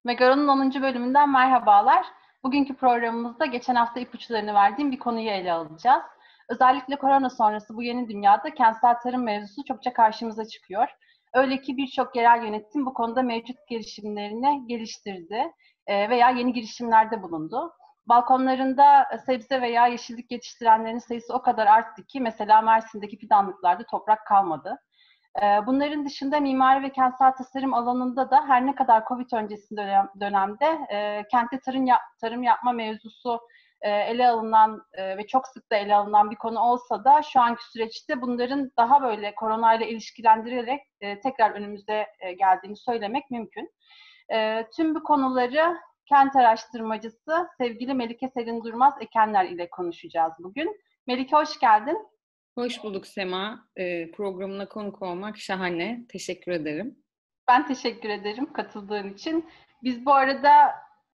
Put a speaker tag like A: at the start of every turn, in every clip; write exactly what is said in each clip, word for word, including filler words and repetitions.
A: Megaron'un onuncu bölümünden merhabalar. Bugünkü programımızda geçen hafta ipuçlarını verdiğim bir konuyu ele alacağız. Özellikle korona sonrası bu yeni dünyada kentsel tarım mevzusu çokça karşımıza çıkıyor. Öyle ki birçok yerel yönetim bu konuda mevcut girişimlerini geliştirdi e, veya yeni girişimlerde bulundu. Balkonlarında sebze veya yeşillik yetiştirenlerin sayısı o kadar arttı ki mesela Mersin'deki fidanlıklarda toprak kalmadı. Bunların dışında mimari ve kentsel tasarım alanında da her ne kadar Covid öncesi dönem, dönemde e, kentte tarım, yap, tarım yapma mevzusu e, ele alınan e, ve çok sık da ele alınan bir konu olsa da şu anki süreçte bunların daha böyle koronayla ilişkilendirerek e, tekrar önümüze e, geldiğini söylemek mümkün. E, tüm bu konuları kent araştırmacısı sevgili Melike Selin Durmaz Ekenler ile konuşacağız bugün. Melike hoş geldin.
B: Hoş bulduk Sema. Ee, programına konuk olmak şahane. Teşekkür ederim.
A: Ben teşekkür ederim katıldığın için. Biz bu arada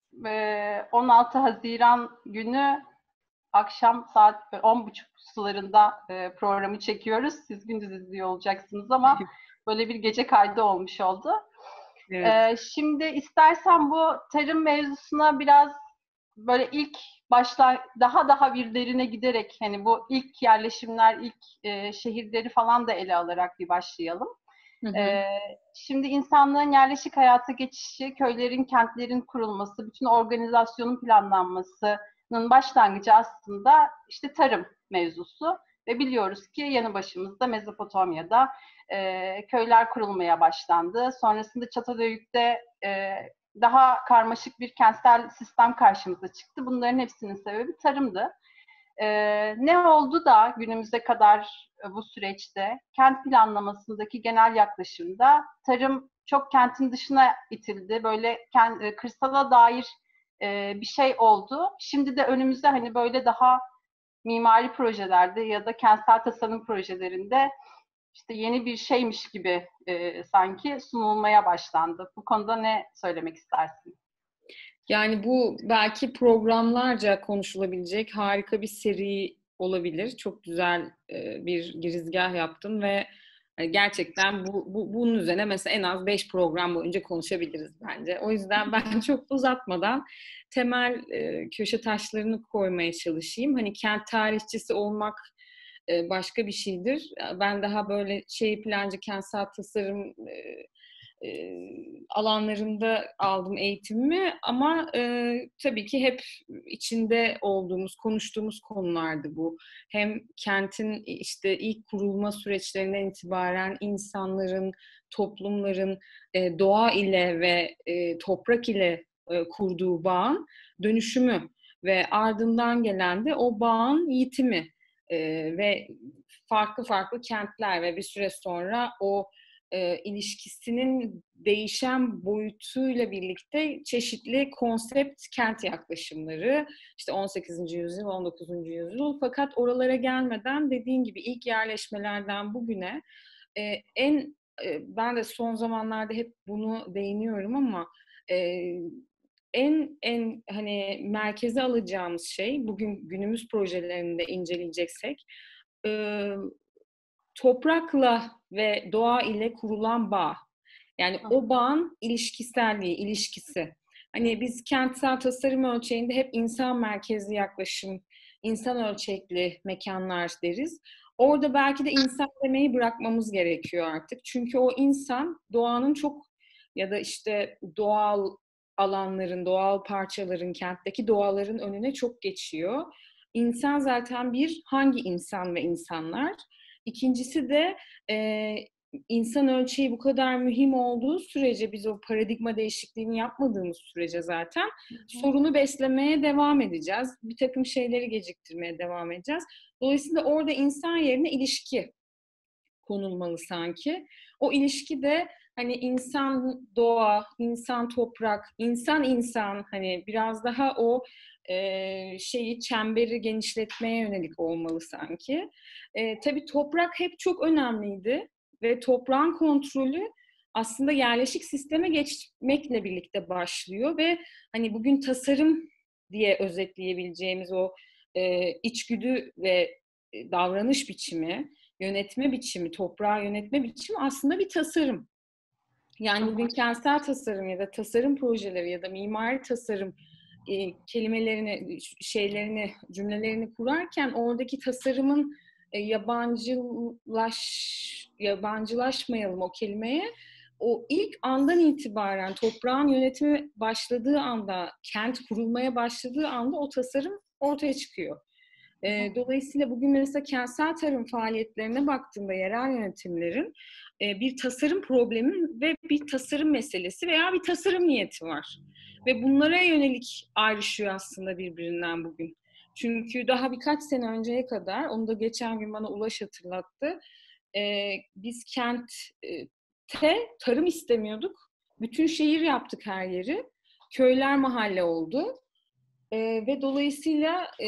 A: e, on altı Haziran günü akşam saat on buçuk sularında e, programı çekiyoruz. Siz gündüz izliyor olacaksınız ama böyle bir gece kaydı olmuş oldu.
B: Evet.
A: E, şimdi istersen bu tarım mevzusuna biraz böyle ilk başta daha daha bir derine giderek hani bu ilk yerleşimler, ilk e, şehirleri falan da ele alarak bir başlayalım.
B: Hı hı.
A: Ee, şimdi insanlığın yerleşik hayata geçişi, köylerin, kentlerin kurulması, bütün organizasyonun planlanmasının başlangıcı aslında işte tarım mevzusu. Ve biliyoruz ki yanı başımızda Mezopotamya'da e, köyler kurulmaya başlandı. Sonrasında Çatalhöyük'te e, daha karmaşık bir kentsel sistem karşımıza çıktı. Bunların hepsinin sebebi tarımdı. Ee, ne oldu da günümüze kadar e, bu süreçte kent planlamasındaki genel yaklaşımda tarım çok kentin dışına itildi. Böyle kent, e, kırsala dair e, bir şey oldu. Şimdi de önümüzde hani böyle daha mimari projelerde ya da kentsel tasarım projelerinde işte yeni bir şeymiş gibi e, sanki sunulmaya başlandı. Bu konuda ne söylemek istersin?
B: Yani bu belki programlarca konuşulabilecek harika bir seri olabilir. Çok güzel e, bir girizgah yaptın ve e, gerçekten bu, bu bunun üzerine mesela en az beş program boyunca konuşabiliriz bence. O yüzden ben çok uzatmadan temel e, köşe taşlarını koymaya çalışayım. Hani kent tarihçisi olmak e, başka bir şeydir. Ben daha böyle şey plancı, kentsel tasarım e, e, alanlarında aldım eğitimimi ama e, tabii ki hep içinde olduğumuz, konuştuğumuz konulardı bu. Hem kentin işte ilk kurulma süreçlerinden itibaren insanların, toplumların e, doğa ile ve e, toprak ile e, kurduğu bağın dönüşümü ve ardından gelen de o bağın yitimi e, ve farklı farklı kentler ve bir süre sonra o e, ilişkisinin değişen boyutuyla birlikte çeşitli konsept kent yaklaşımları, işte on sekizinci yüzyıl, on dokuzuncu yüzyıl. Fakat oralara gelmeden dediğin gibi ilk yerleşmelerden bugüne e, en e, ben de son zamanlarda hep bunu değiniyorum ama e, en en hani merkeze alacağımız şey bugün günümüz projelerinde inceleyeceksek e, toprakla ve doğa ile kurulan bağ. Yani o bağın ilişkiselliği, ilişkisi. Hani biz kentsel tasarım ölçeğinde hep insan merkezli yaklaşım, insan ölçekli mekanlar deriz. Orada belki de insan demeyi bırakmamız gerekiyor artık. Çünkü o insan doğanın çok ya da işte doğal alanların, doğal parçaların, kentteki doğaların önüne çok geçiyor. İnsan zaten bir, hangi insan ve insanlar? İkincisi de e, insan ölçeği bu kadar mühim olduğu sürece, biz o paradigma değişikliğini yapmadığımız sürece zaten sorunu beslemeye devam edeceğiz. Bir takım şeyleri geciktirmeye devam edeceğiz. Dolayısıyla orada insan yerine ilişki konulmalı sanki. O ilişki de hani insan doğa, insan toprak, insan insan, hani biraz daha o e, şeyi, çemberi genişletmeye yönelik olmalı sanki. E, tabii toprak hep çok önemliydi ve toprağın kontrolü aslında yerleşik sisteme geçmekle birlikte başlıyor ve hani bugün tasarım diye özetleyebileceğimiz o e, içgüdü ve davranış biçimi, yönetme biçimi, toprağı yönetme biçimi aslında bir tasarım. Yani bugün kentsel tasarım ya da tasarım projeleri ya da mimari tasarım e, kelimelerini, şeylerini, cümlelerini kurarken oradaki tasarımın e, yabancılaş, yabancılaşmayalım o kelimeye. O ilk andan itibaren toprağın yönetimi başladığı anda, kent kurulmaya başladığı anda o tasarım ortaya çıkıyor. E, dolayısıyla bugün mesela kentsel tarım faaliyetlerine baktığımda yerel yönetimlerin e, bir tasarım problemi ve bir tasarım meselesi veya bir tasarım niyeti var. Ve bunlara yönelik ayrışıyor aslında birbirinden bugün. Çünkü daha birkaç sene önceye kadar, onu da geçen gün bana Ulaş hatırlattı, e, biz kentte tarım istemiyorduk. Bütün şehir yaptık her yeri. Köyler mahalle oldu. E, ve dolayısıyla e,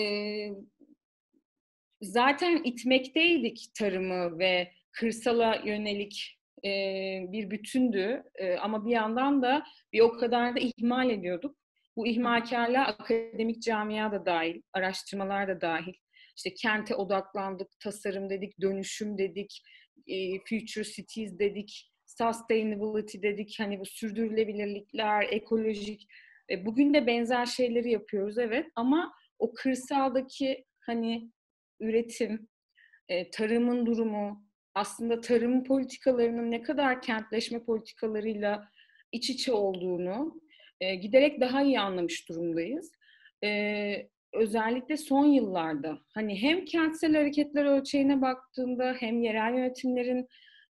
B: zaten itmekteydik tarımı ve kırsala yönelik e, bir bütündü. E, ama bir yandan da bir o kadar da ihmal ediyorduk. Bu ihmalkarlığa akademik camia da dahil, araştırmalar da dahil. İşte kente odaklandık, tasarım dedik, dönüşüm dedik, e, future cities dedik, sustainability dedik. Hani bu sürdürülebilirlikler, ekolojik. E, bugün de benzer şeyleri yapıyoruz, evet. Ama o kırsaldaki hani üretim, e, tarımın durumu, aslında tarım politikalarının ne kadar kentleşme politikalarıyla iç içe olduğunu e, giderek daha iyi anlamış durumdayız. E, özellikle son yıllarda hani hem kentsel hareketler ölçeğine baktığında hem yerel yönetimlerin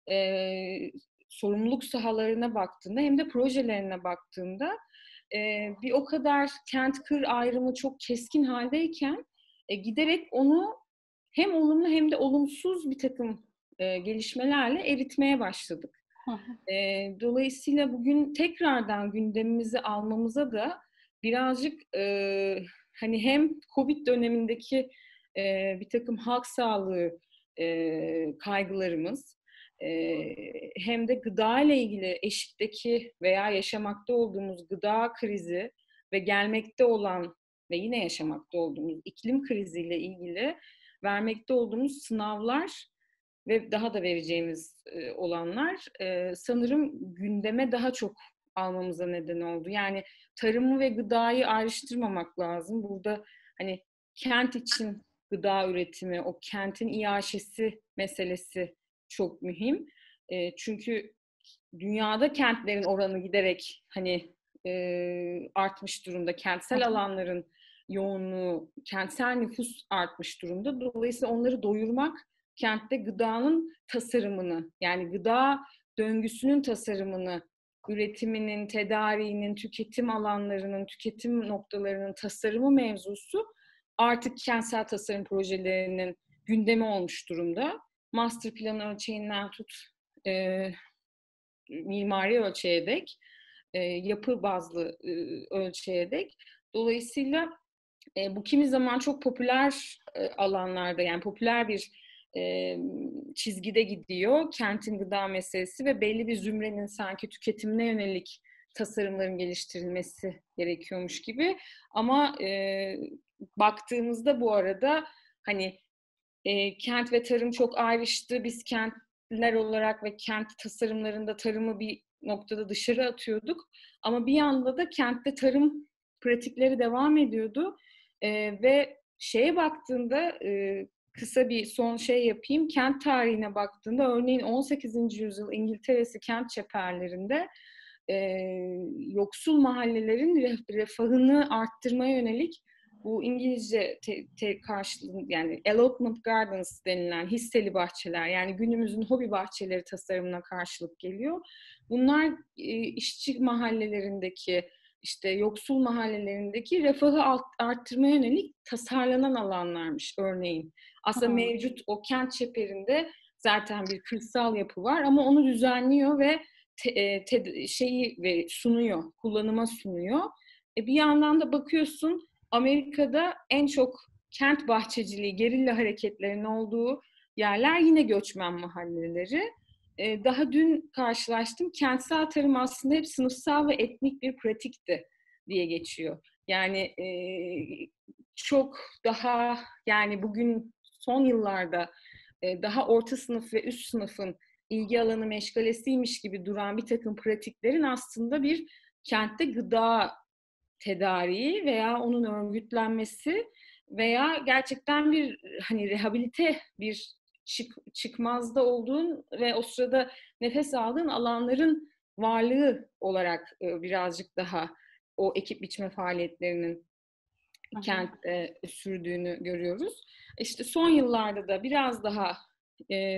B: e, sorumluluk sahalarına baktığında hem de projelerine baktığında e, bir o kadar kent-kır ayrımı çok keskin haldeyken e, giderek onu hem olumlu hem de olumsuz bir takım e, gelişmelerle eritmeye başladık. E, dolayısıyla bugün tekrardan gündemimizi almamıza da birazcık e, hani hem Covid dönemindeki e, bir takım halk sağlığı e, kaygılarımız e, hem de gıda ile ilgili eşikteki veya yaşamakta olduğumuz gıda krizi ve gelmekte olan ve yine yaşamakta olduğumuz iklim kriziyle ilgili vermekte olduğumuz sınavlar ve daha da vereceğimiz e, olanlar e, sanırım gündeme daha çok almamıza neden oldu. Yani tarımı ve gıdayı ayrıştırmamak lazım. Burada hani kent için gıda üretimi, o kentin iaşesi meselesi çok mühim. E, çünkü dünyada kentlerin oranı giderek hani e, artmış durumda. Kentsel alanların yoğunluğu, kentsel nüfus artmış durumda. Dolayısıyla onları doyurmak kentte gıdanın tasarımını, yani gıda döngüsünün tasarımını, üretiminin, tedariğinin, tüketim alanlarının, tüketim noktalarının tasarımı mevzusu artık kentsel tasarım projelerinin gündemi olmuş durumda. Master plan ölçeğinden tut, e, mimari ölçeğe dek, e, yapı bazlı e, ölçeğe dek. Dolayısıyla e, bu kimi zaman çok popüler e, alanlarda, yani popüler bir e, çizgide gidiyor. Kentin gıda meselesi ve belli bir zümrenin sanki tüketimine yönelik tasarımların geliştirilmesi gerekiyormuş gibi. Ama e, baktığımızda bu arada hani e, kent ve tarım çok ayrıştı. Biz kentler olarak ve kent tasarımlarında tarımı bir noktada dışarı atıyorduk. Ama bir yanda da kentte tarım pratikleri devam ediyordu. E, ve şeye baktığında e, kısa bir son şey yapayım. Kent tarihine baktığında örneğin on sekizinci yüzyıl İngiltere'si kent çeperlerinde e, yoksul mahallelerin refahını arttırmaya yönelik bu İngilizce te, te karşılığı yani allotment gardens denilen hisseli bahçeler, yani günümüzün hobi bahçeleri tasarımına karşılık geliyor. Bunlar e, işçi mahallelerindeki, işte yoksul mahallelerindeki refahı arttırmaya yönelik tasarlanan alanlarmış örneğin. Aslında hmm. mevcut o kent çeperinde zaten bir kırsal yapı var ama onu düzenliyor ve te, te, şeyi ve sunuyor, kullanıma sunuyor. E bir yandan da bakıyorsun Amerika'da en çok kent bahçeciliği, gerilla hareketlerinin olduğu yerler yine göçmen mahalleleri. Ee, daha dün karşılaştım. Kentsel tarım aslında hep sınıfsal ve etnik bir pratikti diye geçiyor. Yani e, çok daha yani bugün son yıllarda e, daha orta sınıf ve üst sınıfın ilgi alanı meşgalesiymiş gibi duran bir takım pratiklerin aslında bir kentte gıda tedariği veya onun örgütlenmesi veya gerçekten bir hani rehabilite bir çık, çıkmazda olduğun ve o sırada nefes aldığın alanların varlığı olarak birazcık daha o ekip biçme faaliyetlerinin kentte sürdüğünü görüyoruz. İşte son yıllarda da biraz daha e,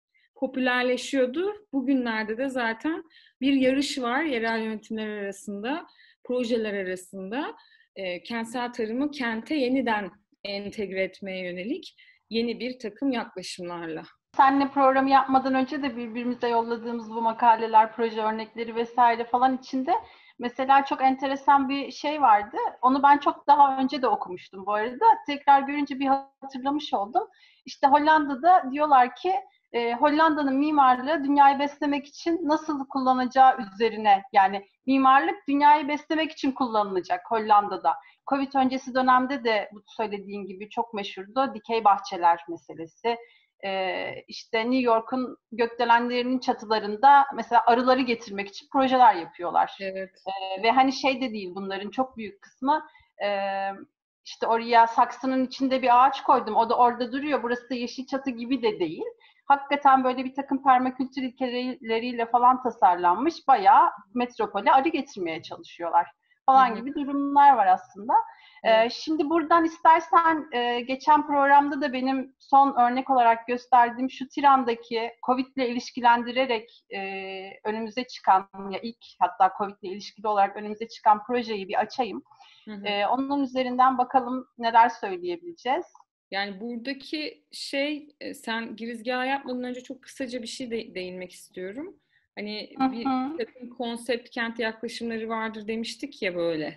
B: popülerleşiyordu. Bugünlerde de zaten bir yarış var yerel yönetimler arasında, projeler arasında. E, kentsel tarımı kente yeniden entegre etmeye yönelik yeni bir takım yaklaşımlarla.
A: Seninle programı yapmadan önce de birbirimize yolladığımız bu makaleler, proje örnekleri vesaire falan içinde mesela çok enteresan bir şey vardı. Onu ben çok daha önce de okumuştum bu arada. Tekrar görünce bir hatırlamış oldum. İşte Hollanda'da diyorlar ki e, Hollanda'nın mimarlığı dünyayı beslemek için nasıl kullanacağı üzerine, yani mimarlık dünyayı beslemek için kullanılacak Hollanda'da. Covid öncesi dönemde de bu söylediğin gibi çok meşhurdu. Dikey bahçeler meselesi. Ee, işte New York'un gökdelenlerinin çatılarında mesela arıları getirmek için projeler yapıyorlar.
B: Evet.
A: Ee, ve hani şey de değil, bunların çok büyük kısmı e, işte oraya saksının içinde bir ağaç koydum, o da orada duruyor, burası da yeşil çatı gibi de değil. Hakikaten böyle bir takım permakültür ilkeleriyle falan tasarlanmış bayağı metropole arı getirmeye çalışıyorlar falan
B: Hı hı.
A: gibi durumlar var aslında.
B: Evet.
A: Ee, şimdi buradan istersen e, geçen programda da benim son örnek olarak gösterdiğim şu Tiran'daki Covid'le ilişkilendirerek e, önümüze çıkan, ya ilk hatta Covid'le ilişkili olarak önümüze çıkan projeyi bir açayım.
B: Hı hı.
A: E, onun üzerinden bakalım neler söyleyebileceğiz.
B: Yani buradaki şey, sen girizgah yapmadan önce çok kısaca bir şey de değinmek istiyorum. Hani
A: Hı
B: bir
A: hı.
B: takım konsept kent yaklaşımları vardır demiştik ya böyle.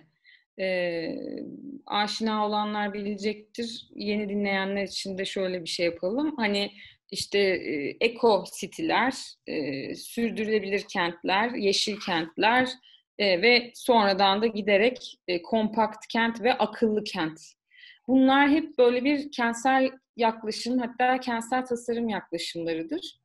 B: Ee, aşina olanlar bilecektir. Yeni dinleyenler için de şöyle bir şey yapalım. Hani işte e, eko city'ler, e, sürdürülebilir kentler, yeşil kentler e, ve sonradan da giderek e, kompakt kent ve akıllı kent. Bunlar hep böyle bir kentsel yaklaşım, hatta kentsel tasarım yaklaşımlarıdır.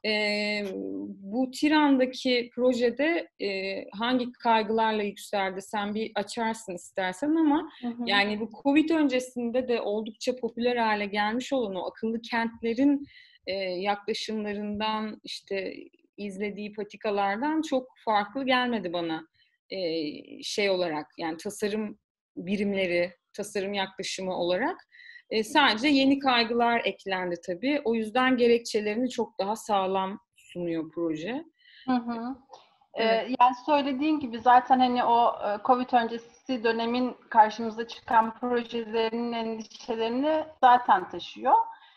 B: Ee, bu Tiran'daki projede e, hangi kaygılarla yükseldi sen bir açarsın istersen ama
A: Hı hı.
B: yani bu Covid öncesinde de oldukça popüler hale gelmiş olan o akıllı kentlerin e, yaklaşımlarından, işte izlediği patikalardan çok farklı gelmedi bana e, şey olarak, yani tasarım birimleri, tasarım yaklaşımı olarak. E, sadece yeni kaygılar eklendi tabii. O yüzden gerekçelerini çok daha sağlam sunuyor proje.
A: Hı hı. Ee,
B: Evet.
A: yani söylediğin gibi zaten hani o e, Covid öncesi dönemin karşımıza çıkan projelerinin endişelerini zaten taşıyor.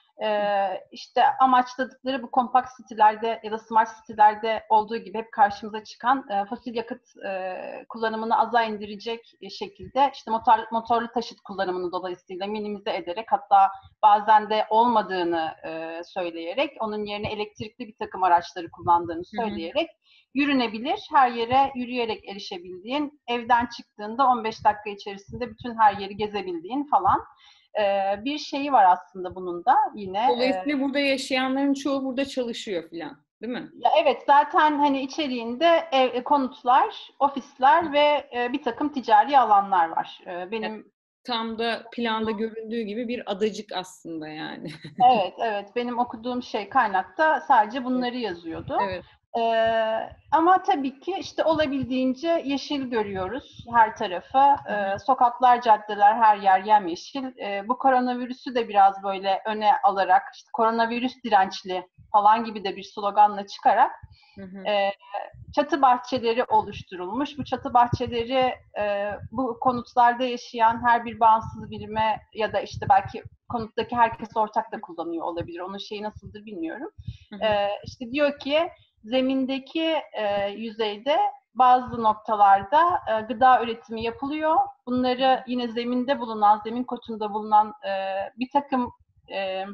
A: Ee, işte amaçladıkları bu kompakt sitelerde ya da smart sitelerde olduğu gibi hep karşımıza çıkan e, fosil yakıt e, kullanımını aza indirecek şekilde işte motor, motorlu taşıt kullanımını dolayısıyla minimize ederek, hatta bazen de olmadığını e, söyleyerek, onun yerine elektrikli bir takım araçları kullandığını söyleyerek yürünebilir, her yere yürüyerek erişebildiğin, evden çıktığında on beş dakika içerisinde bütün her yeri gezebildiğin falan ee, bir şeyi var aslında bunun da yine.
B: Dolayısıyla e, burada yaşayanların çoğu burada çalışıyor falan, değil mi?
A: Ya evet, zaten hani içeriğinde ev, konutlar, ofisler ve e, bir takım ticari alanlar var. Ee, benim
B: Evet, tam da planda göründüğü gibi bir adacık aslında yani.
A: Evet, evet. Benim okuduğum şey kaynakta sadece bunları yazıyordu.
B: Evet.
A: Ee, ama tabii ki işte olabildiğince yeşil görüyoruz her tarafı. Ee, sokaklar, caddeler, her yer yemyeşil. Ee, bu koronavirüsü de biraz böyle öne alarak, işte koronavirüs dirençli falan gibi de bir sloganla çıkarak
B: Hı hı.
A: e, çatı bahçeleri oluşturulmuş. Bu çatı bahçeleri e, bu konutlarda yaşayan her bir bağımsız birime ya da işte belki konuttaki herkes ortak da kullanıyor olabilir. Onun şeyi nasıldır bilmiyorum.
B: Hı hı.
A: E, işte diyor ki zemindeki e, yüzeyde bazı noktalarda e, gıda üretimi yapılıyor. Bunları yine zeminde bulunan, zemin kotunda bulunan e, bir takım e,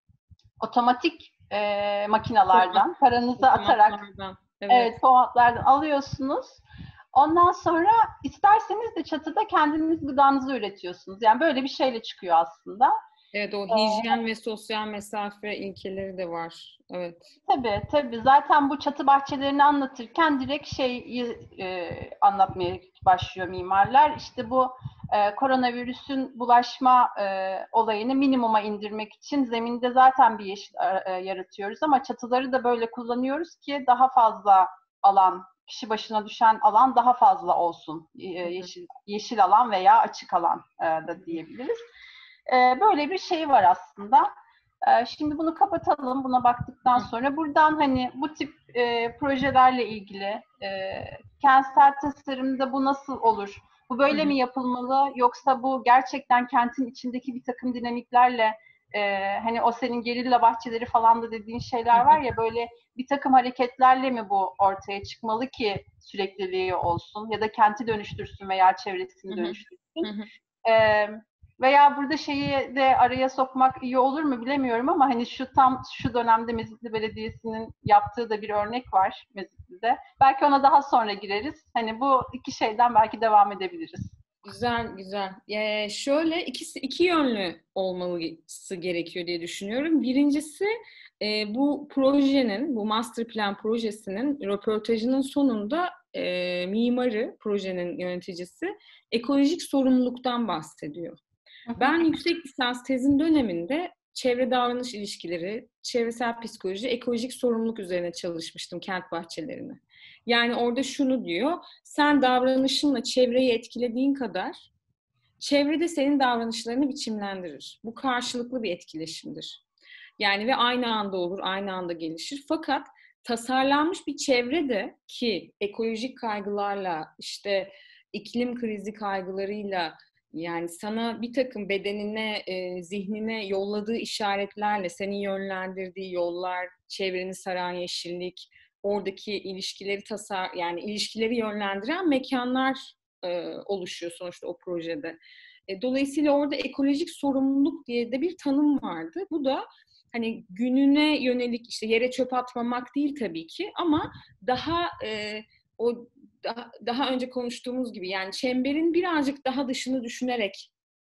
A: otomatik e, makinalardan paranızı atarak,
B: Evet.
A: evet, formatlardan alıyorsunuz. Ondan sonra isterseniz de çatıda kendiniz gıdanızı üretiyorsunuz. Yani böyle bir şeyle çıkıyor aslında.
B: Evet, o hijyen ve sosyal mesafe ilkeleri de var. Evet.
A: Tabii tabii. Zaten bu çatı bahçelerini anlatırken direkt şeyi e, anlatmaya başlıyor mimarlar. İşte bu e, koronavirüsün bulaşma e, olayını minimuma indirmek için zeminde zaten bir yeşil e, yaratıyoruz ama çatıları da böyle kullanıyoruz ki daha fazla alan, kişi başına düşen alan daha fazla olsun. E, yeşil, yeşil alan veya açık alan e, da diyebiliriz. E, böyle bir şey var aslında. Şimdi bunu kapatalım. Buna baktıktan sonra buradan hani bu tip e, projelerle ilgili e, kentsel tasarımda bu nasıl olur? Bu böyle mi yapılmalı? Yoksa bu gerçekten kentin içindeki bir takım dinamiklerle e, hani o senin gerilla bahçeleri falan da dediğin şeyler var ya böyle bir takım hareketlerle mi bu ortaya çıkmalı ki sürekliliği olsun ya da kenti dönüştürsün veya çevresini dönüştürsün? E, Veya burada şeyi de araya sokmak iyi olur mu bilemiyorum ama hani şu tam şu dönemde Mezitli Belediyesi'nin yaptığı da bir örnek var Mezitli'de. Belki ona daha sonra gireriz. Hani bu iki şeyden belki devam edebiliriz.
B: Güzel, güzel. Ee, şöyle ikisi iki yönlü olması gerekiyor diye düşünüyorum. Birincisi e, bu projenin, bu master plan projesinin röportajının sonunda e, mimarı, projenin yöneticisi ekolojik sorumluluktan bahsediyor. Ben yüksek lisans tezin döneminde çevre davranış ilişkileri, çevresel psikoloji, ekolojik sorumluluk üzerine çalışmıştım kent bahçelerini. Yani orada şunu diyor, sen davranışınla çevreyi etkilediğin kadar çevre de senin davranışlarını biçimlendirir. Bu karşılıklı bir etkileşimdir. Yani ve aynı anda olur, aynı anda gelişir. Fakat tasarlanmış bir çevrede ki ekolojik kaygılarla, işte iklim krizi kaygılarıyla yani sana bir takım bedenine, e, zihnine yolladığı işaretlerle seni yönlendirdiği yollar, çevreni saran yeşillik, oradaki ilişkileri tasar yani ilişkileri yönlendiren mekanlar e, oluşuyor sonuçta o projede. E, dolayısıyla orada ekolojik sorumluluk diye de bir tanım vardı. Bu da hani gününe yönelik işte yere çöp atmamak değil tabii ki ama daha e, o daha, daha önce konuştuğumuz gibi yani çemberin birazcık daha dışını düşünerek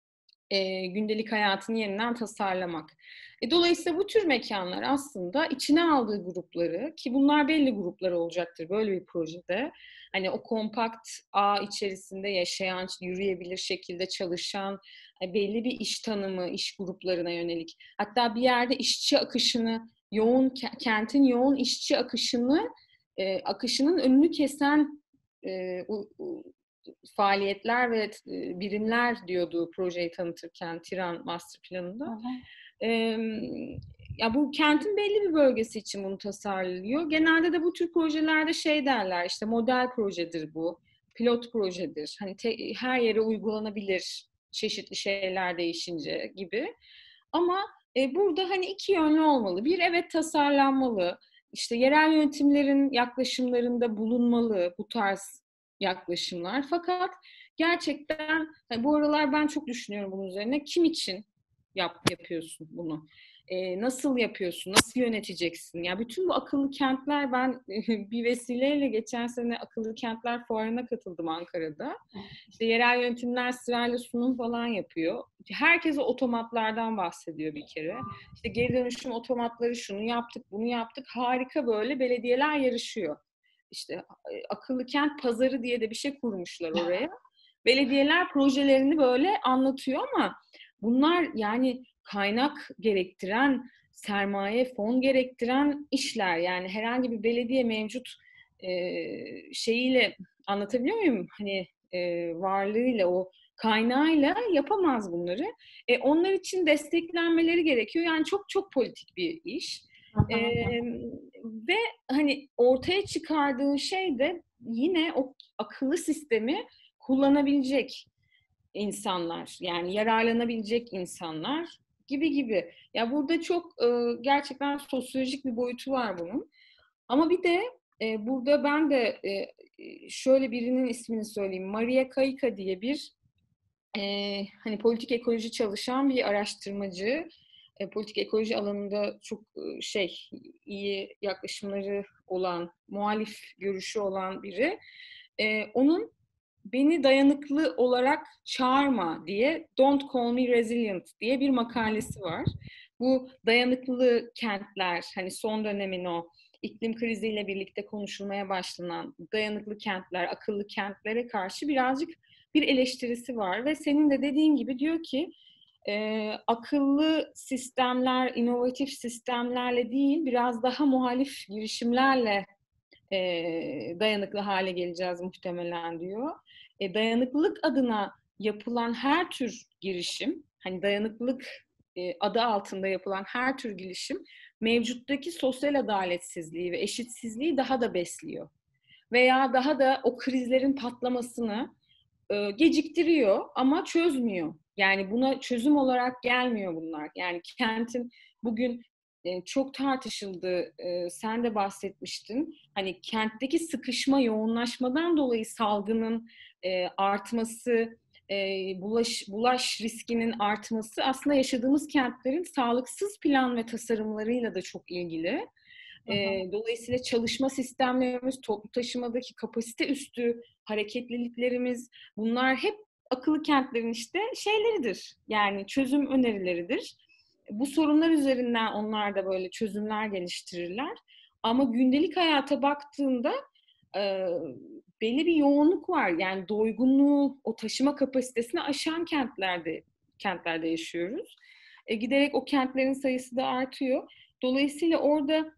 B: e, gündelik hayatını yeniden tasarlamak. E, dolayısıyla bu tür mekanlar aslında içine aldığı grupları ki bunlar belli gruplar olacaktır böyle bir projede. Hani o kompakt ağ içerisinde yaşayan, yürüyebilir şekilde çalışan e, belli bir iş tanımı, iş gruplarına yönelik. Hatta bir yerde işçi akışını, yoğun kentin yoğun işçi akışını e, akışının önünü kesen e, u, u, faaliyetler ve birimler diyordu projeyi tanıtırken Tiran Master Planı'nda. Hı hı. Ee, ya bu kentin belli bir bölgesi için bunu tasarlıyor. Genelde de bu tür projelerde şey derler, işte model projedir bu, pilot projedir. Hani te, her yere uygulanabilir çeşitli şeyler değişince gibi. Ama e, burada hani iki yönlü olmalı. Bir, evet tasarlanmalı. İşte yerel yönetimlerin yaklaşımlarında bulunmalı bu tarz yaklaşımlar. Fakat gerçekten yani bu aralar ben çok düşünüyorum bunun üzerine. Kim için yap, yapıyorsun bunu? Ee, nasıl yapıyorsun? Nasıl yöneteceksin? Ya bütün bu akıllı kentler ben bir vesileyle geçen sene akıllı kentler fuarına katıldım Ankara'da. İşte yerel yönetimler sırayla sunum falan yapıyor. Herkes o otomatlardan bahsediyor bir kere. İşte geri dönüşüm otomatları şunu yaptık, bunu yaptık. Harika böyle belediyeler yarışıyor. İşte akıllı kent pazarı diye de bir şey kurmuşlar oraya. Belediyeler projelerini böyle anlatıyor ama bunlar yani kaynak gerektiren, sermaye, fon gerektiren işler. Yani herhangi bir belediye mevcut e, şeyiyle anlatabiliyor muyum? Hani e, varlığıyla, o kaynağıyla yapamaz bunları. E, onlar için desteklenmeleri gerekiyor. Yani çok çok politik bir iş. E, ve hani ortaya çıkardığı şey de yine o akıllı sistemi kullanabilecek insanlar, yani yararlanabilecek insanlar gibi gibi. Ya burada çok e, gerçekten sosyolojik bir boyutu var bunun. Ama bir de e, burada ben de e, şöyle birinin ismini söyleyeyim. Maria Kaika diye bir e, hani politik ekoloji çalışan bir araştırmacı. E, politik ekoloji alanında çok e, şey iyi yaklaşımları olan, muhalif görüşü olan biri. E, onun beni dayanıklı olarak çağırma diye Don't Call Me Resilient diye bir makalesi var. Bu dayanıklı kentler, hani son dönemin o iklim kriziyle birlikte konuşulmaya başlanan dayanıklı kentler, akıllı kentlere karşı birazcık bir eleştirisi var ve senin de dediğin gibi diyor ki e, akıllı sistemler, inovatif sistemlerle değil, biraz daha muhalif girişimlerle e, dayanıklı hale geleceğiz muhtemelen diyor. E, dayanıklılık adına yapılan her tür girişim, hani dayanıklılık e, adı altında yapılan her tür girişim mevcuttaki sosyal adaletsizliği ve eşitsizliği daha da besliyor. Veya daha da o krizlerin patlamasını e, geciktiriyor ama çözmüyor. Yani buna çözüm olarak gelmiyor bunlar. Yani kentin bugün e, çok tartışıldı. E, sen de bahsetmiştin. Hani kentteki sıkışma, yoğunlaşmadan dolayı salgının e, artması, e, bulaş, bulaş riskinin artması aslında yaşadığımız kentlerin sağlıksız plan ve tasarımlarıyla da çok ilgili.
A: Hı hı.
B: E, dolayısıyla çalışma sistemlerimiz, toplu taşımadaki kapasite üstü hareketliliklerimiz, bunlar hep akıllı kentlerin işte şeyleridir. Yani çözüm önerileridir. Bu sorunlar üzerinden onlar da böyle çözümler geliştirirler. Ama gündelik hayata baktığında e, belli bir yoğunluk var. Yani doygunluğu, o taşıma kapasitesini aşan kentlerde kentlerde yaşıyoruz. E, giderek o kentlerin sayısı da artıyor. Dolayısıyla orada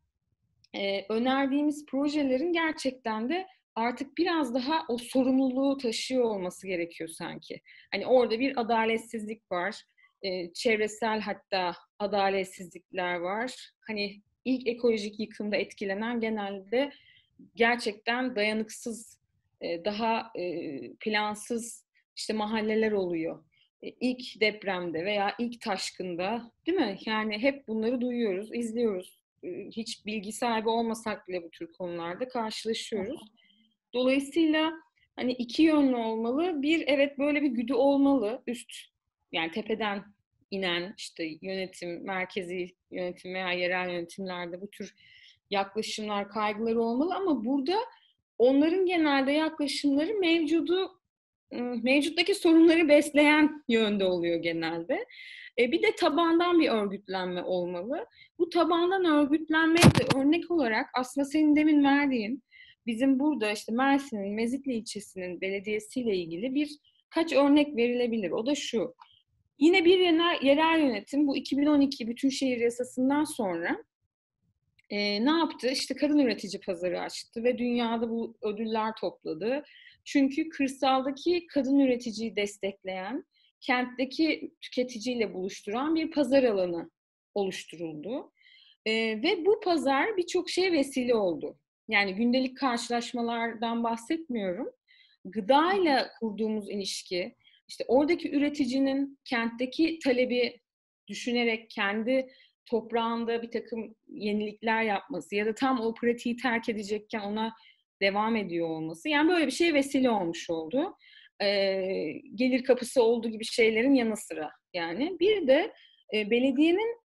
B: e, önerdiğimiz projelerin gerçekten de artık biraz daha o sorumluluğu taşıyor olması gerekiyor sanki. Hani orada bir adaletsizlik var, e, çevresel hatta adaletsizlikler var. Hani ilk ekolojik yıkımda etkilenen genelde gerçekten dayanıksız, e, daha e, plansız işte mahalleler oluyor. E, ilk depremde veya ilk taşkında, değil mi? Yani hep bunları duyuyoruz, izliyoruz. Hiç bilgi sahibi olmasak bile bu tür konularda karşılaşıyoruz. Dolayısıyla hani iki yönlü olmalı. Bir, evet böyle bir güdü olmalı. Üst, yani tepeden inen işte yönetim, merkezi yönetim veya yerel yönetimlerde bu tür yaklaşımlar, kaygıları olmalı ama burada onların genelde yaklaşımları mevcudu, mevcuttaki sorunları besleyen yönde oluyor genelde. E, bir de tabandan bir örgütlenme olmalı. Bu tabandan örgütlenmeye de örnek olarak aslında senin demin verdiğin bizim burada işte Mersin'in Mezitli ilçesinin belediyesiyle ilgili bir kaç örnek verilebilir. O da şu. Yine bir yerel, yerel yönetim bu iki bin on iki Bütünşehir Yasası'ndan sonra e, ne yaptı? İşte kadın üretici pazarı açtı ve dünyada bu ödüller topladı. Çünkü kırsaldaki kadın üreticiyi destekleyen, kentteki tüketiciyle buluşturan bir pazar alanı oluşturuldu. E, ve bu pazar birçok şeye vesile oldu. Yani gündelik karşılaşmalardan bahsetmiyorum. Gıdayla kurduğumuz ilişki, işte oradaki üreticinin kentteki talebi düşünerek kendi toprağında bir takım yenilikler yapması ya da tam o pratiği terk edecekken ona devam ediyor olması. Yani böyle bir şeye vesile olmuş oldu. Ee, gelir kapısı olduğu gibi şeylerin yanı sıra yani. Bir de e, belediyenin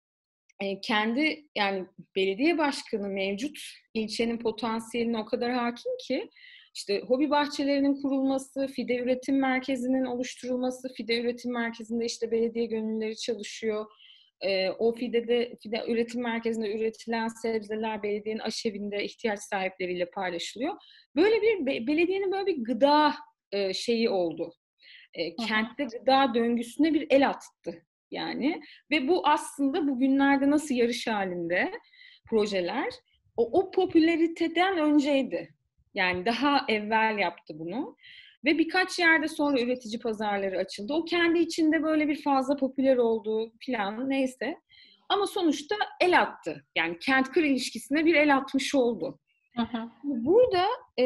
B: e, kendi yani belediye başkanı mevcut ilçenin potansiyeline o kadar hakim ki işte hobi bahçelerinin kurulması, fide üretim merkezinin oluşturulması, fide üretim merkezinde işte belediye gönüllüleri çalışıyor. E, o fidede, fide üretim merkezinde üretilen sebzeler belediyenin aşevinde ihtiyaç sahipleriyle paylaşılıyor. Böyle bir be, belediyenin böyle bir gıda e, şeyi oldu. E, kentte gıda döngüsüne bir el attı yani. Ve bu aslında bugünlerde nasıl yarış halinde projeler o, o popülariteden önceydi. Yani daha evvel yaptı bunu. Ve birkaç yerde sonra üretici pazarları açıldı. O kendi içinde böyle bir fazla popüler olduğu plan neyse. Ama sonuçta el attı. Yani kent-kır ilişkisine bir el atmış oldu.
A: Hı hı.
B: Burada e,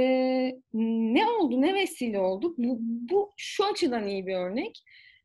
B: ne oldu, ne vesile oldu? Bu, bu şu açıdan iyi bir örnek.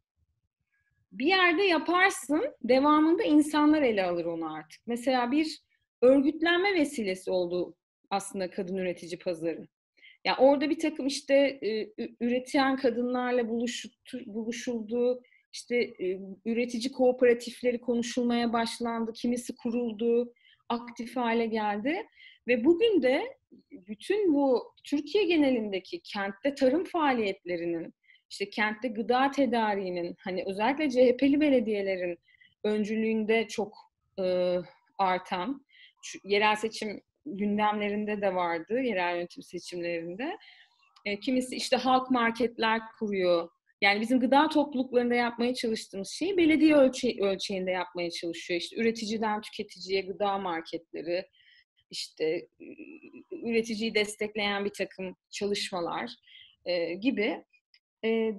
B: Bir yerde yaparsın, devamında insanlar ele alır onu artık. Mesela bir örgütlenme vesilesi oldu aslında kadın üretici pazarı. Yani orada bir takım işte e, üreten kadınlarla buluştu, buluşuldu, işte e, üretici kooperatifleri konuşulmaya başlandı, kimisi kuruldu, aktif hale geldi. Ve bugün de bütün bu Türkiye genelindeki kentte tarım faaliyetlerinin, işte kentte gıda tedariğinin, hani özellikle C H P'li belediyelerin öncülüğünde çok e, artan, şu, yerel seçim gündemlerinde de vardı, yerel yönetim seçimlerinde. E, kimisi işte halk marketler kuruyor. Yani bizim gıda topluluklarında yapmaya çalıştığımız şeyi belediye ölçe- ölçeğinde yapmaya çalışıyor. İşte üreticiden tüketiciye gıda marketleri, işte üreticiyi destekleyen bir takım çalışmalar e, gibi. E,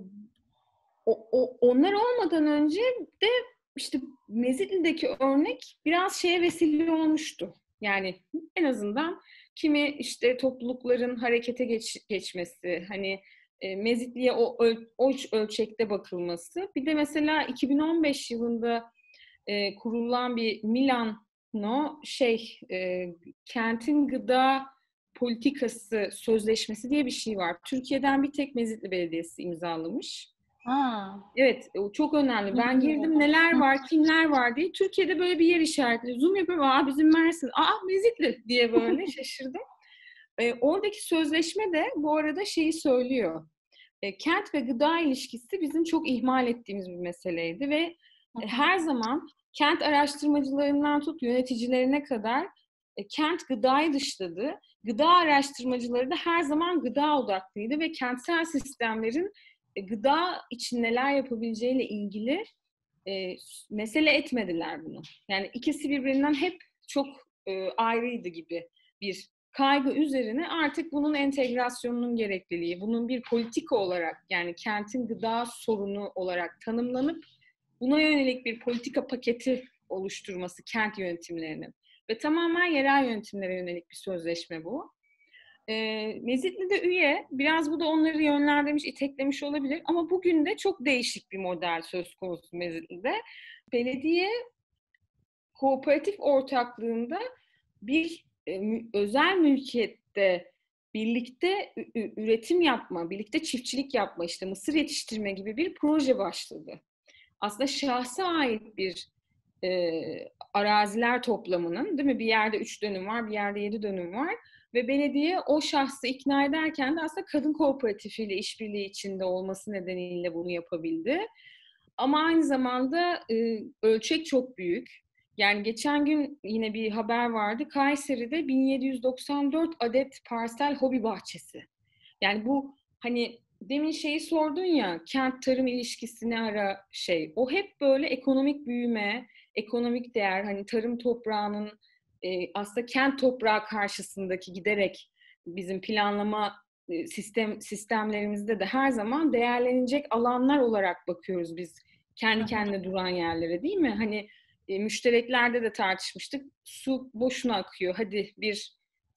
B: o, o, onlar olmadan önce de işte Mezitli'deki örnek biraz şeye vesile olmuştu. Yani en azından kimi işte toplulukların harekete geç, geçmesi, hani e, Mezitli'ye o, öl, o ölçekte bakılması. Bir de mesela iki bin on beş yılında e, kurulan bir Milano şey e, kentin gıda politikası sözleşmesi diye bir şey var. Türkiye'den bir tek Mezitli Belediyesi imzalamış.
A: Hmm.
B: Evet, o çok önemli. Ben girdim neler var, kimler var diye. Türkiye'de böyle bir yer işaretli. Zoom yapıyorum. Aa bizim Mersin. Aa Mezitli diye böyle şaşırdım. E, oradaki sözleşme de bu arada şeyi söylüyor. E, kent ve gıda ilişkisi bizim çok ihmal ettiğimiz bir meseleydi ve e, her zaman kent araştırmacılarından tut yöneticilerine kadar e, kent gıdayı dışladı. Gıda araştırmacıları da her zaman gıda odaklıydı ve kentsel sistemlerin e, gıda için neler yapabileceğiyle ilgili e, mesele etmediler bunu. Yani ikisi birbirinden hep çok e, ayrıydı gibi bir kaygı üzerine artık bunun entegrasyonunun gerekliliği, bunun bir politika olarak yani kentin gıda sorunu olarak tanımlanıp buna yönelik bir politika paketi oluşturması kent yönetimlerinin ve tamamen yerel yönetimlere yönelik bir sözleşme bu. E, Mezitli'de üye, biraz bu da onları yönlendirmiş, iteklemiş olabilir ama bugün de çok değişik bir model söz konusu Mezitli'de. Belediye kooperatif ortaklığında bir e, özel mülkiyette birlikte üretim yapma, birlikte çiftçilik yapma, işte mısır yetiştirme gibi bir proje başladı. Aslında şahsa ait bir e, araziler toplamının, değil mi? Bir yerde üç dönüm var, bir yerde yedi dönüm var ve belediye o şahsı ikna ederken de aslında kadın kooperatifiyle işbirliği içinde olması nedeniyle bunu yapabildi. Ama aynı zamanda e, ölçek çok büyük. Yani geçen gün yine bir haber vardı. Kayseri'de bin yedi yüz doksan dört adet parsel hobi bahçesi. Yani bu hani demin şeyi sordun ya, kent tarım ilişkisi ne ara şey. O hep böyle ekonomik büyüme, ekonomik değer, hani tarım toprağının e, aslında kent toprağı karşısındaki giderek bizim planlama e, sistem sistemlerimizde de her zaman değerlenecek alanlar olarak bakıyoruz biz kendi kendine duran yerlere, değil mi? Hani e, müştereklerde de tartışmıştık. Su boşuna akıyor. Hadi bir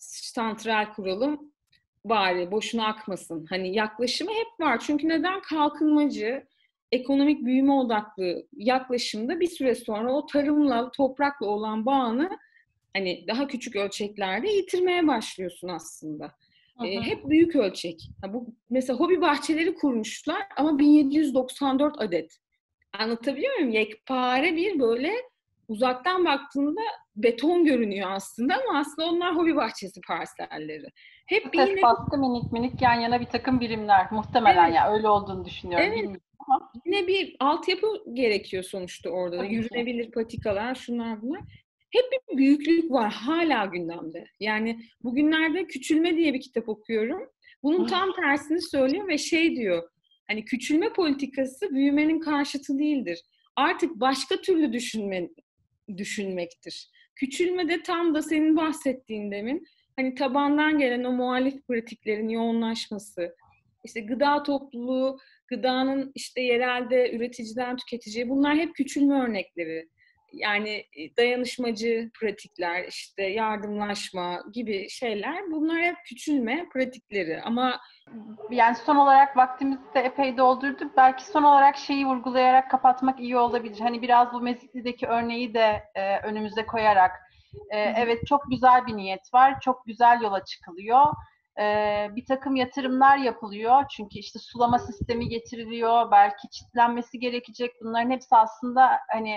B: santral kuralım bari boşuna akmasın. Hani yaklaşımı hep var. Çünkü neden? Kalkınmacı, ekonomik büyüme odaklı yaklaşımda bir süre sonra o tarımla, toprakla olan bağını hani daha küçük ölçeklerde yitirmeye başlıyorsun aslında. E, hep büyük ölçek. Ha, bu mesela hobi bahçeleri kurmuşlar ama bin yedi yüz doksan dört adet. Anlatabiliyor muyum? Yekpare bir böyle uzaktan baktığında beton görünüyor aslında ama aslında onlar hobi bahçesi parselleri. Hep bir
A: Ses
B: yine
A: bastı minik minik yan yana bir takım birimler. Muhtemelen
B: evet,
A: ya öyle olduğunu düşünüyorum.
B: evet.
A: Bilmiyorum ama.
B: Yine bir altyapı gerekiyor sonuçta orada da.
A: Tabii ki.
B: Yürünebilir patikalar, şunlar bunlar. Hep bir büyüklük var hala gündemde. Yani bugünlerde Küçülme diye bir kitap okuyorum. Bunun tam tersini söylüyor ve şey diyor. Hani küçülme politikası büyümenin karşıtı değildir. Artık başka türlü düşünme, düşünmektir. Küçülme de tam da senin bahsettiğin demin hani tabandan gelen o muhalif pratiklerin yoğunlaşması, işte gıda topluluğu, gıdanın işte yerelde üreticiden tüketiciye, bunlar hep küçülme örnekleri. Yani dayanışmacı pratikler, işte yardımlaşma gibi şeyler, bunlar hep küçülme pratikleri. Ama
A: Yani son olarak vaktimizi de epey doldurduk. Belki son olarak şeyi vurgulayarak kapatmak iyi olabilir. Hani biraz bu Mezitli'deki örneği de e, önümüze koyarak. E, evet çok güzel bir niyet var. Çok güzel yola çıkılıyor. E, bir takım yatırımlar yapılıyor. Çünkü işte sulama sistemi getiriliyor. Belki çitlenmesi gerekecek. Bunların hepsi aslında hani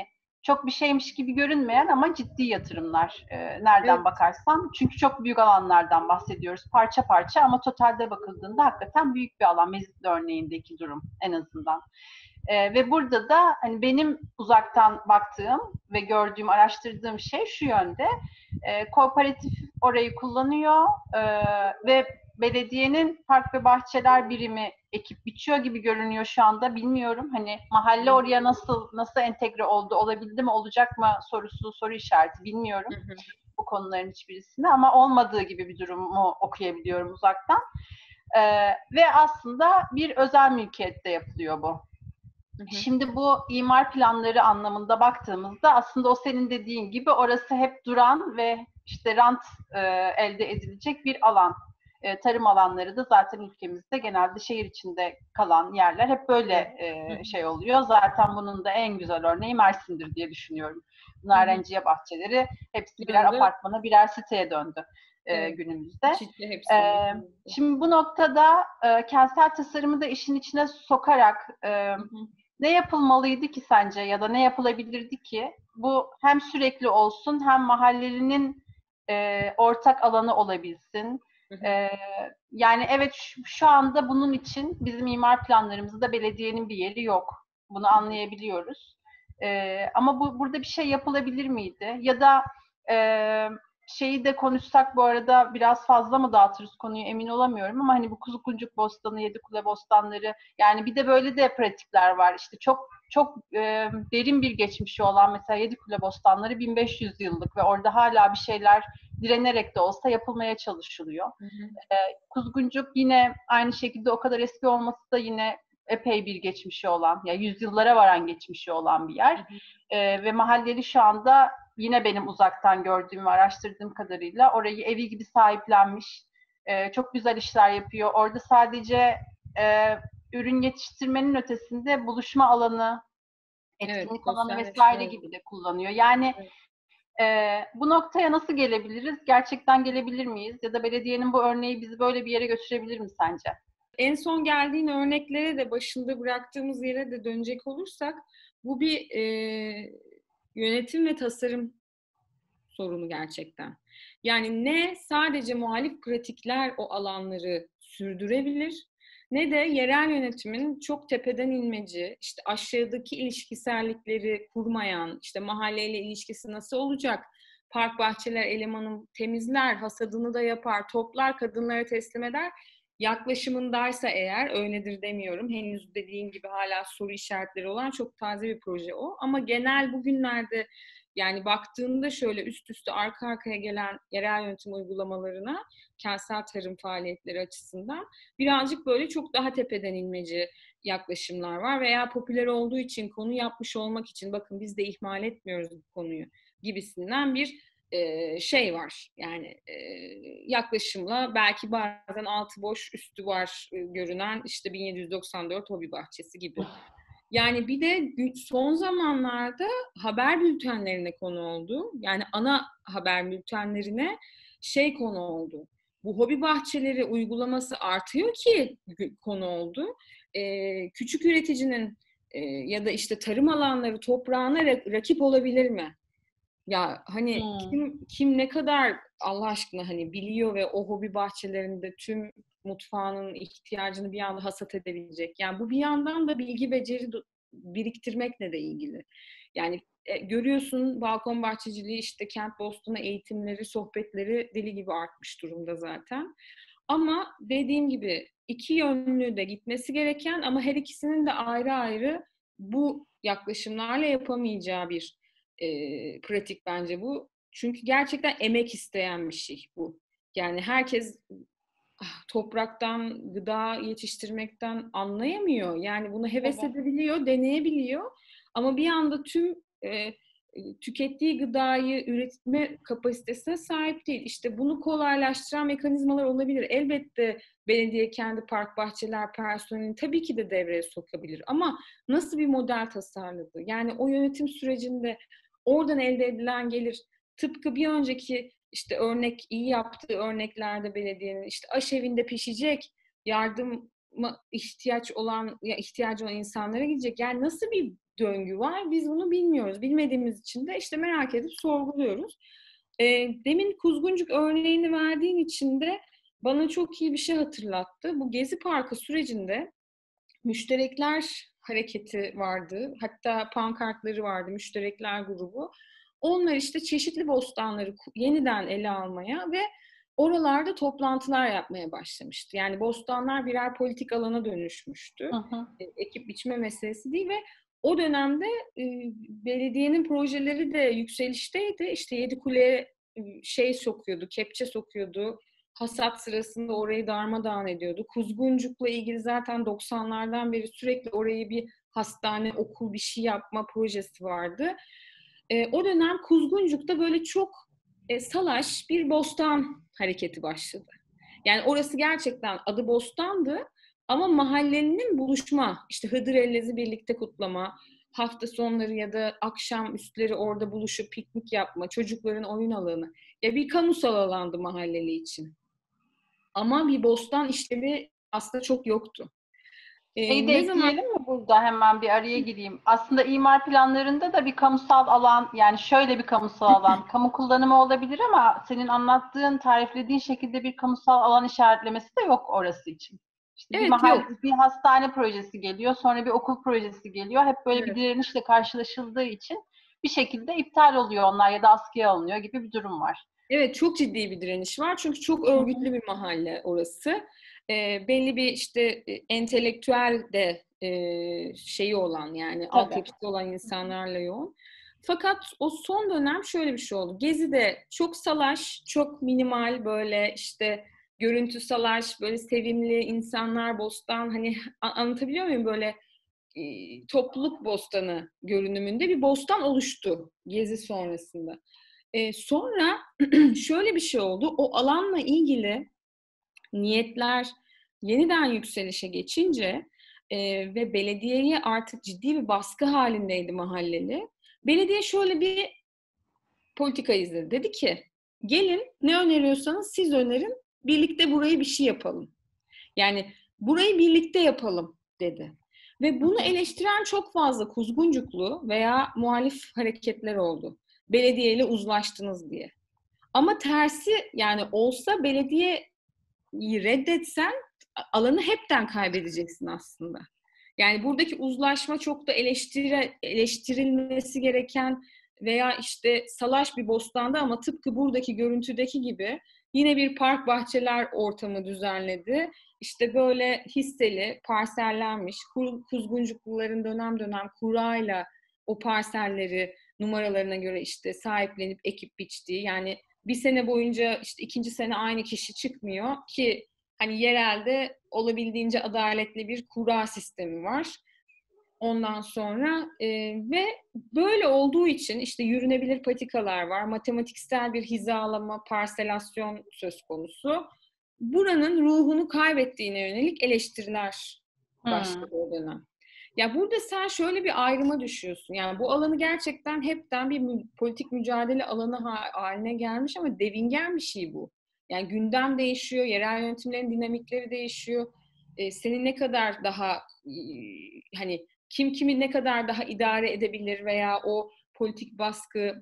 A: çok bir şeymiş gibi görünmeyen ama ciddi yatırımlar e, nereden evet. bakarsan. Çünkü çok büyük alanlardan bahsediyoruz. Parça parça ama totalde bakıldığında hakikaten büyük bir alan. Mezitli örneğindeki durum en azından. E, ve burada da hani benim uzaktan baktığım ve gördüğüm, araştırdığım şey şu yönde. E, kooperatif orayı kullanıyor e, ve belediyenin park ve bahçeler birimi ekip biçiyor gibi görünüyor şu anda. Bilmiyorum hani mahalle oraya nasıl nasıl entegre oldu, olabildi mi, olacak mı sorusu, soru işareti bilmiyorum hı hı. bu konuların hiçbirisinde ama olmadığı gibi bir durumu okuyabiliyorum uzaktan. Ee, ve aslında bir özel mülkiyette yapılıyor bu. Hı hı. Şimdi bu imar planları anlamında baktığımızda aslında o senin dediğin gibi orası hep duran ve işte rant e, elde edilecek bir alan. E, tarım alanları da zaten ülkemizde genelde şehir içinde kalan yerler hep böyle e, şey oluyor. Zaten bunun da en güzel örneği Mersin'dir diye düşünüyorum. Narenciye bahçeleri hepsi birer döndü. Apartmana, birer siteye döndü e, evet. günümüzde. E, şimdi bu noktada e, kentsel tasarımı da işin içine sokarak e, hı hı. ne yapılmalıydı ki sence ya da ne yapılabilirdi ki bu hem sürekli olsun hem mahallelinin e, ortak alanı olabilsin. Hı hı. E, yani evet şu, şu anda bunun için bizim imar planlarımızda belediyenin bir yeri yok. Bunu anlayabiliyoruz. E, ama bu burada bir şey yapılabilir miydi? Ya da e, şeyi de konuşsak bu arada biraz fazla mı dağıtırız konuyu emin olamıyorum ama hani bu Kuzukuncuk Bostanı, Yedikule Bostanları yani bir de böyle de pratikler var. İşte çok çok e, derin bir geçmişi olan mesela Yedikule Bostanları bin beş yüz yıllık ve orada hala bir şeyler direnerek de olsa yapılmaya çalışılıyor. Hı hı. E, Kuzguncuk yine aynı şekilde o kadar eski olması da yine epey bir geçmişi olan, ya yani yüzyıllara varan geçmişi olan bir yer. Hı hı. E, ve mahalleli şu anda yine benim uzaktan gördüğüm ve araştırdığım kadarıyla orayı evi gibi sahiplenmiş. E, çok güzel işler yapıyor. Orada sadece e, ürün yetiştirmenin ötesinde buluşma alanı, etkinlik evet, alanı vesaire gibi de kullanıyor. Yani evet. e, bu noktaya nasıl gelebiliriz? Gerçekten gelebilir miyiz? Ya da belediyenin bu örneği bizi böyle bir yere götürebilir mi sence?
B: En son geldiğin örneklere de başında bıraktığımız yere de dönecek olursak bu bir e, yönetim ve tasarım sorunu gerçekten. Yani ne sadece muhalif pratikler o alanları sürdürebilir ne de yerel yönetimin çok tepeden inmeci, işte aşağıdaki ilişkisellikleri kurmayan, işte mahalleyle ilişkisi nasıl olacak, park bahçeler elemanı temizler, hasadını da yapar, toplar, kadınlara teslim eder. Yaklaşımındaysa eğer, öyledir demiyorum. Henüz dediğim gibi hala soru işaretleri olan çok taze bir proje o. Ama genel bugünlerde yani baktığında şöyle üst üste arka arkaya gelen yerel yönetim uygulamalarına kentsel tarım faaliyetleri açısından birazcık böyle çok daha tepeden inmeci yaklaşımlar var veya popüler olduğu için konu yapmış olmak için bakın biz de ihmal etmiyoruz bu konuyu gibisinden bir e, şey var. Yani e, yaklaşımla belki bazen altı boş üstü var e, görünen işte bin yedi yüz doksan dört hobi bahçesi gibi. Yani bir de son zamanlarda haber bültenlerine konu oldu. Yani ana haber bültenlerine şey konu oldu. Bu hobi bahçeleri uygulaması artıyor ki konu oldu. Ee, küçük üreticinin e, ya da işte tarım alanları toprağına rakip olabilir mi? Ya hani hmm. kim kim ne kadar Allah aşkına hani biliyor ve o hobi bahçelerinde tüm mutfağının ihtiyacını bir anda hasat edebilecek. Yani bu bir yandan da bilgi beceri biriktirmekle de ilgili. Yani e, görüyorsun balkon bahçeciliği işte kent bostonu eğitimleri, sohbetleri deli gibi artmış durumda zaten. Ama dediğim gibi iki yönlü de gitmesi gereken ama her ikisinin de ayrı ayrı bu yaklaşımlarla yapamayacağı bir e, pratik bence bu. Çünkü gerçekten emek isteyen bir şey bu. Yani herkes topraktan, gıda yetiştirmekten anlayamıyor. Yani bunu heves evet. edebiliyor, deneyebiliyor. Ama bir anda tüm e, tükettiği gıdayı üretme kapasitesine sahip değil. İşte bunu kolaylaştıran mekanizmalar olabilir. Elbette belediye kendi park bahçeler personelini tabii ki de devreye sokabilir. Ama nasıl bir model tasarladı? Yani o yönetim sürecinde oradan elde edilen gelir tıpkı bir önceki işte örnek iyi yaptığı örneklerde belediyenin işte aşevinde pişecek, yardıma ihtiyaç olan ya ihtiyacı olan insanlara gidecek. Yani nasıl bir döngü var. Biz bunu bilmiyoruz. Bilmediğimiz için de işte merak edip sorguluyoruz. E, demin Kuzguncuk örneğini verdiğin için de bana çok iyi bir şey hatırlattı. Bu Gezi Parkı sürecinde müşterekler hareketi vardı. Hatta pankartları vardı, müşterekler grubu. Onlar işte çeşitli bostanları yeniden ele almaya ve oralarda toplantılar yapmaya başlamıştı. Yani bostanlar birer politik alana dönüşmüştü.
A: Hı hı.
B: E, ekip biçme meselesi değil ve o dönemde e, belediyenin projeleri de yükselişteydi. İşte Yedikule'ye e, şey sokuyordu, kepçe sokuyordu. Hasat sırasında orayı darmadağın ediyordu. Kuzguncuk'la ilgili zaten doksanlardan beri sürekli orayı bir hastane, okul bir şey yapma projesi vardı. E, o dönem Kuzguncuk'ta böyle çok e, salaş bir bostan hareketi başladı. Yani orası gerçekten adı bostandı ama mahallenin buluşma, işte Hıdrellez'i birlikte kutlama, hafta sonları ya da akşam üstleri orada buluşup piknik yapma, çocukların oyun alanı. Ya bir kamusal alandı mahalleli için. Ama bir bostan işlevi aslında çok yoktu.
A: Şeyi
B: Ee,
A: de
B: ne zaman
A: ekleyelim mi burada, hemen bir araya gireyim. Aslında imar planlarında da bir kamusal alan, yani şöyle bir kamusal alan, kamu kullanımı olabilir ama senin anlattığın, tariflediğin şekilde bir kamusal alan işaretlemesi de yok orası için. İşte bir
B: evet
A: mahal,
B: yok.
A: bir hastane projesi geliyor, sonra bir okul projesi geliyor. Hep böyle bir
B: Evet.
A: direnişle karşılaşıldığı için bir şekilde iptal oluyor onlar ya da askıya alınıyor gibi bir durum var.
B: Evet, çok ciddi bir direniş var. Çünkü çok
A: Hı hı.
B: örgütlü bir mahalle orası. Ee, belli bir işte e, entelektüel de e, şeyi olan, yani
A: Tabii.
B: altyapısı olan insanlarla yoğun. Fakat o son dönem şöyle bir şey oldu. Gezi'de çok salaş, çok minimal, böyle işte görüntü salaş, böyle sevimli insanlar, bostan, hani a- anlatabiliyor muyum, böyle e, topluluk bostanı görünümünde bir bostan oluştu Gezi sonrasında. E, sonra şöyle bir şey oldu. O alanla ilgili niyetler yeniden yükselişe geçince e, ve belediyeye artık ciddi bir baskı halindeydi mahalleli. Belediye şöyle bir politika izledi. Dedi ki gelin, ne öneriyorsanız siz önerin, birlikte burayı bir şey yapalım. Yani burayı birlikte yapalım dedi. Ve bunu eleştiren çok fazla Kuzguncuklu veya muhalif hareketler oldu. Belediyeyle uzlaştınız diye. Ama tersi, yani olsa belediyeyi reddetsen alanı hepten kaybedeceksin aslında. Yani buradaki uzlaşma çok da eleştiri, eleştirilmesi gereken veya işte salaş bir bostanda ama tıpkı buradaki görüntüdeki gibi yine bir park bahçeler ortamı düzenledi. İşte böyle hisseli, parsellenmiş, kuzguncukluların dönem dönem kurayla o parselleri numaralarına göre işte sahiplenip ekip biçtiği, yani bir sene boyunca işte ikinci sene aynı kişi çıkmıyor ki hani yerelde olabildiğince adaletli bir kura sistemi var. Ondan sonra e, ve böyle olduğu için işte yürünebilir patikalar var, matematiksel bir hizalama, parselasyon söz konusu. Buranın ruhunu kaybettiğine yönelik eleştiriler
A: Hmm.
B: başladı o dönem. Ya burada sen şöyle bir ayrıma düşüyorsun. Yani bu alanı gerçekten hepten bir mü- politik mücadele alanı ha- haline gelmiş ama devingen bir şey bu. Yani gündem değişiyor, yerel yönetimlerin dinamikleri değişiyor. Ee, seni ne kadar daha e, hani kim kimi ne kadar daha idare edebilir veya o politik baskı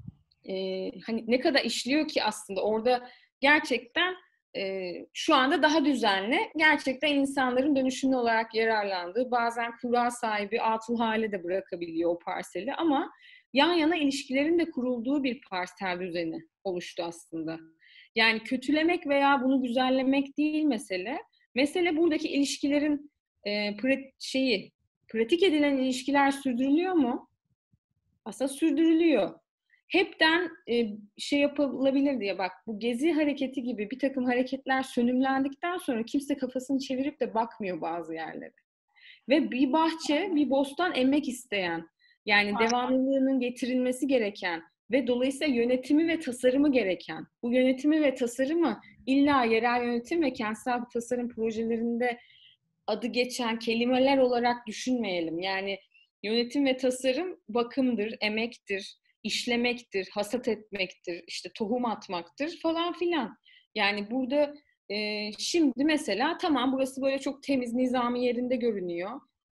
B: e, hani ne kadar işliyor ki aslında orada gerçekten e, şu anda daha düzenli, gerçekten insanların dönüşümlü olarak yararlandığı, bazen kura sahibi atıl hale de bırakabiliyor o parseli ama yan yana ilişkilerin de kurulduğu bir parsel düzeni oluştu aslında. Yani kötülemek veya bunu güzellemek değil mesele. Mesele buradaki ilişkilerin e, pra- şeyi, pratik edilen ilişkiler sürdürülüyor mu? Aslında sürdürülüyor. Hepten e, şey yapılabilir diye, bak bu Gezi hareketi gibi bir takım hareketler sönümlendikten sonra kimse kafasını çevirip de bakmıyor bazı yerlere. Ve bir bahçe, bir bostan emmek isteyen, yani devamlılığının getirilmesi gereken ve dolayısıyla yönetimi ve tasarımı gereken, bu yönetimi ve tasarımı illa yerel yönetim ve kentsel tasarım projelerinde adı geçen kelimeler olarak düşünmeyelim. Yani yönetim ve tasarım bakımdır, emektir, işlemektir, hasat etmektir, işte tohum atmaktır falan filan. Yani burada e, şimdi mesela tamam, burası böyle çok temiz, nizami yerinde görünüyor.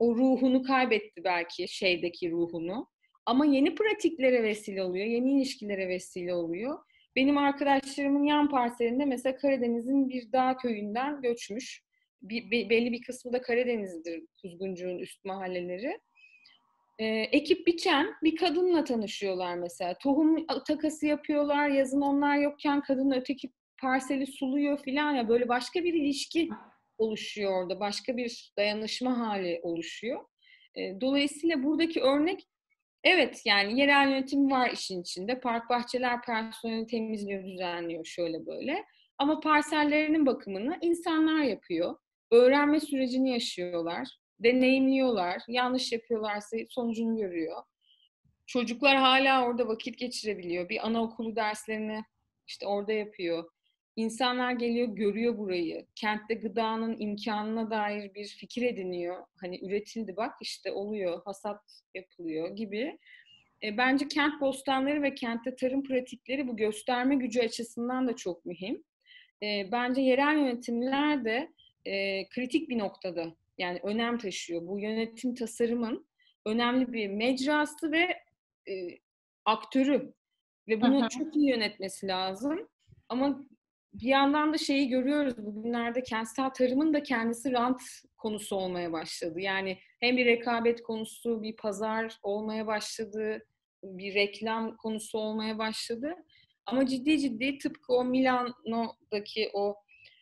B: o ruhunu kaybetti belki, şeydeki ruhunu. Ama yeni pratiklere vesile oluyor, yeni ilişkilere vesile oluyor. Benim arkadaşlarımın yan parselinde mesela Karadeniz'in bir dağ köyünden göçmüş. Bir, be, belli bir kısmı da Karadeniz'dir, Kuzguncuğun üst mahalleleri. Ee, ekip biçen bir kadınla tanışıyorlar mesela. Tohum takası yapıyorlar, yazın onlar yokken kadın öteki parseli suluyor filan, ya böyle başka bir ilişki oluşuyor orada. Başka bir dayanışma hali oluşuyor. Ee, dolayısıyla buradaki örnek, evet, yani yerel yönetim var işin içinde. Park bahçeler personeli temizliyor, düzenliyor şöyle böyle. Ama parsellerinin bakımını insanlar yapıyor. Öğrenme sürecini yaşıyorlar. Deneyimliyorlar. Yanlış yapıyorlarsa sonucunu görüyor. Çocuklar hala orada vakit geçirebiliyor. Bir anaokulu derslerini işte orada yapıyor. İnsanlar geliyor, görüyor burayı. Kentte gıdanın imkanına dair bir fikir ediniyor. Hani üretildi, bak işte oluyor, hasat yapılıyor gibi. E, bence kent bostanları ve kentte tarım pratikleri bu gösterme gücü açısından da çok mühim. E, bence yerel yönetimler de e, kritik bir noktada, yani önem taşıyor. Bu yönetim tasarımın önemli bir mecrası ve e, aktörü ve
A: Hı
B: bunu
A: hı.
B: çok iyi yönetmesi lazım. Ama bir yandan da şeyi görüyoruz bugünlerde, kentsel tarımın da kendisi rant konusu olmaya başladı. Yani hem bir rekabet konusu, bir pazar olmaya başladı, bir reklam konusu olmaya başladı. Ama ciddi ciddi tıpkı o Milano'daki o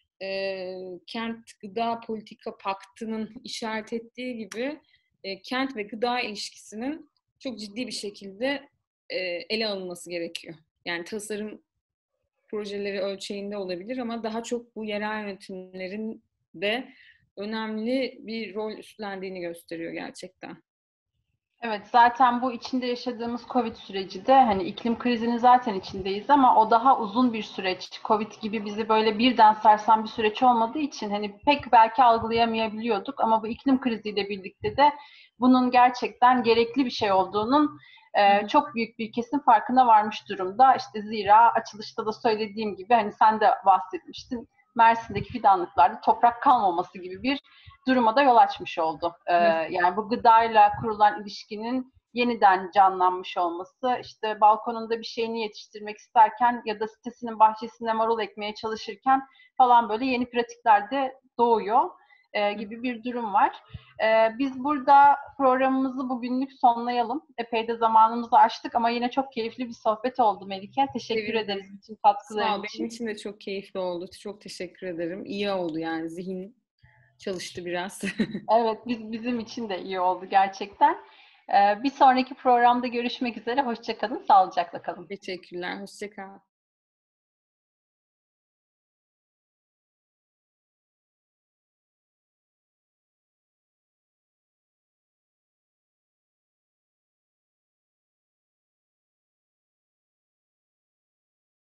B: e, kent gıda politika paktının işaret ettiği gibi e, kent ve gıda ilişkisinin çok ciddi bir şekilde e, ele alınması gerekiyor. Yani tasarım projeleri ölçeğinde olabilir ama daha çok bu yerel yönetimlerin de önemli bir rol üstlendiğini gösteriyor gerçekten.
A: Evet, zaten bu içinde yaşadığımız Covid süreci de hani iklim krizinin zaten içindeyiz ama o daha uzun bir süreç. Covid gibi bizi böyle birden sarsan bir süreç olmadığı için hani pek belki algılayamayabiliyorduk ama bu iklim kriziyle birlikte de bunun gerçekten gerekli bir şey olduğunun e, çok büyük bir kesim farkına varmış durumda. İşte zira açılışta da söylediğim gibi hani sen de bahsetmiştin. Mersin'deki fidanlıklarda toprak kalmaması gibi bir duruma da yol açmış oldu. Ee, yani bu gıdayla kurulan ilişkinin yeniden canlanmış olması, işte balkonunda bir şeyini yetiştirmek isterken ya da sitesinin bahçesinde marul ekmeye çalışırken falan böyle yeni pratikler de doğuyor e, gibi bir durum var. E, biz burada programımızı bugünlük sonlayalım. Epey de zamanımızı aştık ama yine çok keyifli bir sohbet oldu Melike. Teşekkür
B: Sevindim.
A: ederiz bütün
B: Sağ
A: katkıların
B: ol. Benim
A: için.
B: için de çok keyifli oldu. Çok teşekkür ederim. İyi oldu yani. Zihin çalıştı biraz.
A: Evet, biz, bizim için de iyi oldu gerçekten. Ee, bir sonraki programda görüşmek üzere. Hoşça kalın, sağlıcakla kalın.
B: Teşekkürler. Hoşça kal.